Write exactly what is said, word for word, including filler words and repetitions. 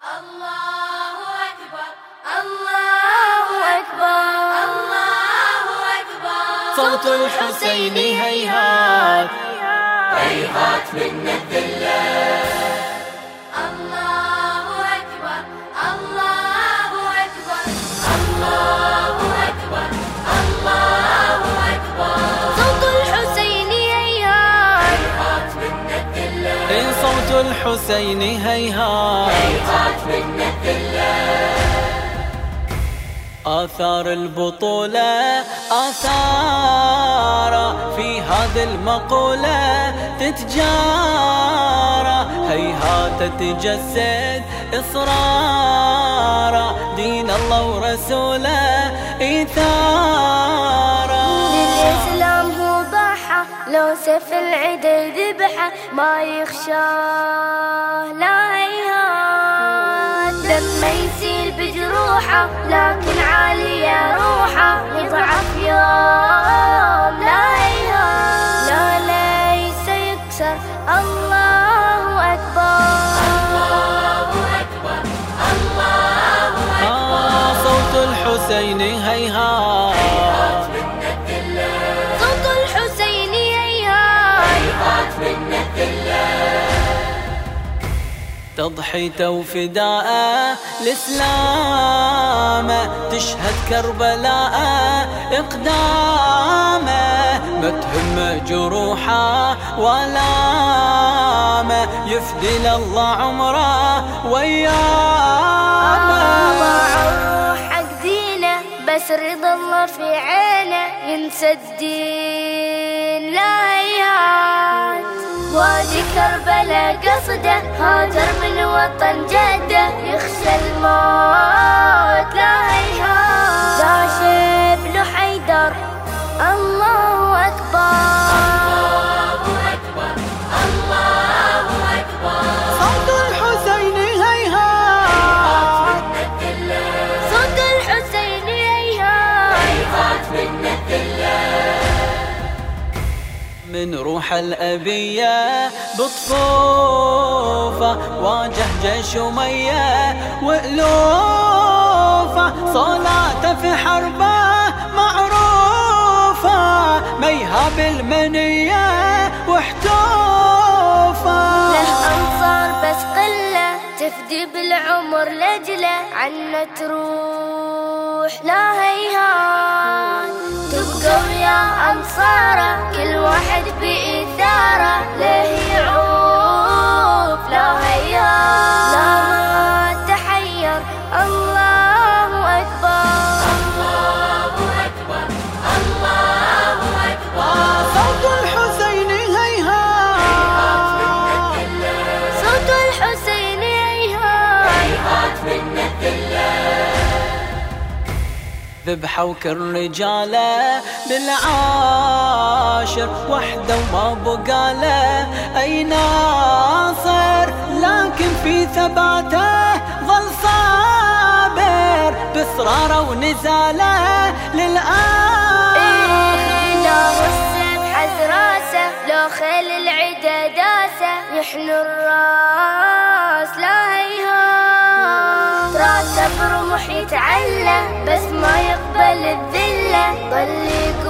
الله أكبر الله أكبر الله أكبر. صوت الحسين هيهات هيهات من الذلة. الله أكبر الله أكبر الله أكبر الله أكبر. صوت الحسين هيهات هيهات من الذلة. صوت الحسين هيهات هيهات من الذلة. آثار البطولة آثار في هذه المقولة تتجارى، هيهات تجسد إصرار دين الله ورسوله إثارة. للإسلام هو ضحى لو سيف العدل ذبحه ما يخشاه لا هيهات. لما يسيل بجروحه لكن عالية روحه يضعف يوم لا هيهات. لا ليس يكسر الله أكبر الله أكبر الله أكبر. آه صوت الحسين هيهات صوت الحسين هيهات هيهات من الذلة. تضحيته وفداءه الإسلام تشهد كربلاء إقدامه، ما تهمه جروحه ولامه يفدي لله عمره ويامه. ضاع الروح حق دينه بس رضا الله في عينه ينسى الدين لا هيهات. وادي كربلاء قصده هاجر من وطن جده يخشى الموت لا هيهات. داش ابن حيدر الله أكبر الله أكبر الله أكبر. صوت الحسين هيهات صوت الحسين هيهات هيهات من الذلة. من روح الأبية بطفوفة واجه جيش أمية وألوفة، صلاته في حربه معروفة ميهاب المنية واحتوفة. له أنصار بس قلة تفدي بالعمر لجله عنا تروح لا هيهات. تبقى ويا أنصاره كل واحد بإثاره له يعوف لا هيهات. لا ما تحير الله أكبر الله أكبر الله أكبر. صوت الحسين هيهات صوت الحسين هيهات هيهات من الذلة. ذبحوا كل رجاله بالعاشر وحده وما بقاله أي ناصر، لكن في ثباته ظل صابر بإصراره ونزاله للآخر. لو السيف حز راسه لو خيل العدا داسه يحنو الراس لا هيهات. راسه برمح يتعلى بس ما يقبل الذله ظل